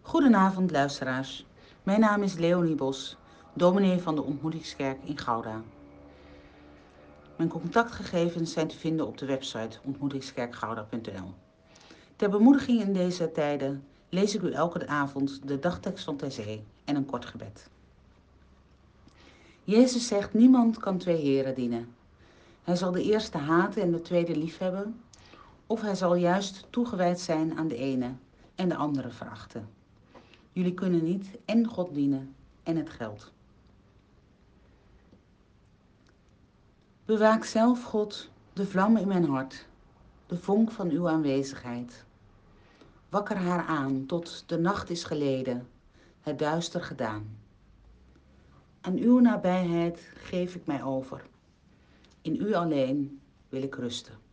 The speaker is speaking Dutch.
Goedenavond luisteraars. Mijn naam is Leonie Bos, dominee van de Ontmoetingskerk in Gouda. Mijn contactgegevens zijn te vinden op de website ontmoetingskerkgouda.nl. Ter bemoediging in deze tijden lees ik u elke avond de dagtekst van ter zee en een kort gebed. Jezus zegt: niemand kan twee heren dienen. Hij zal de eerste haten en de tweede liefhebben, of hij zal juist toegewijd zijn aan de ene en de andere verachten. Jullie kunnen niet en God dienen en het geld. Bewaak zelf, God, de vlam in mijn hart, de vonk van uw aanwezigheid. Wakker haar aan tot de nacht is geleden, het duister gedaan. Aan uw nabijheid geef ik mij over. In u alleen wil ik rusten.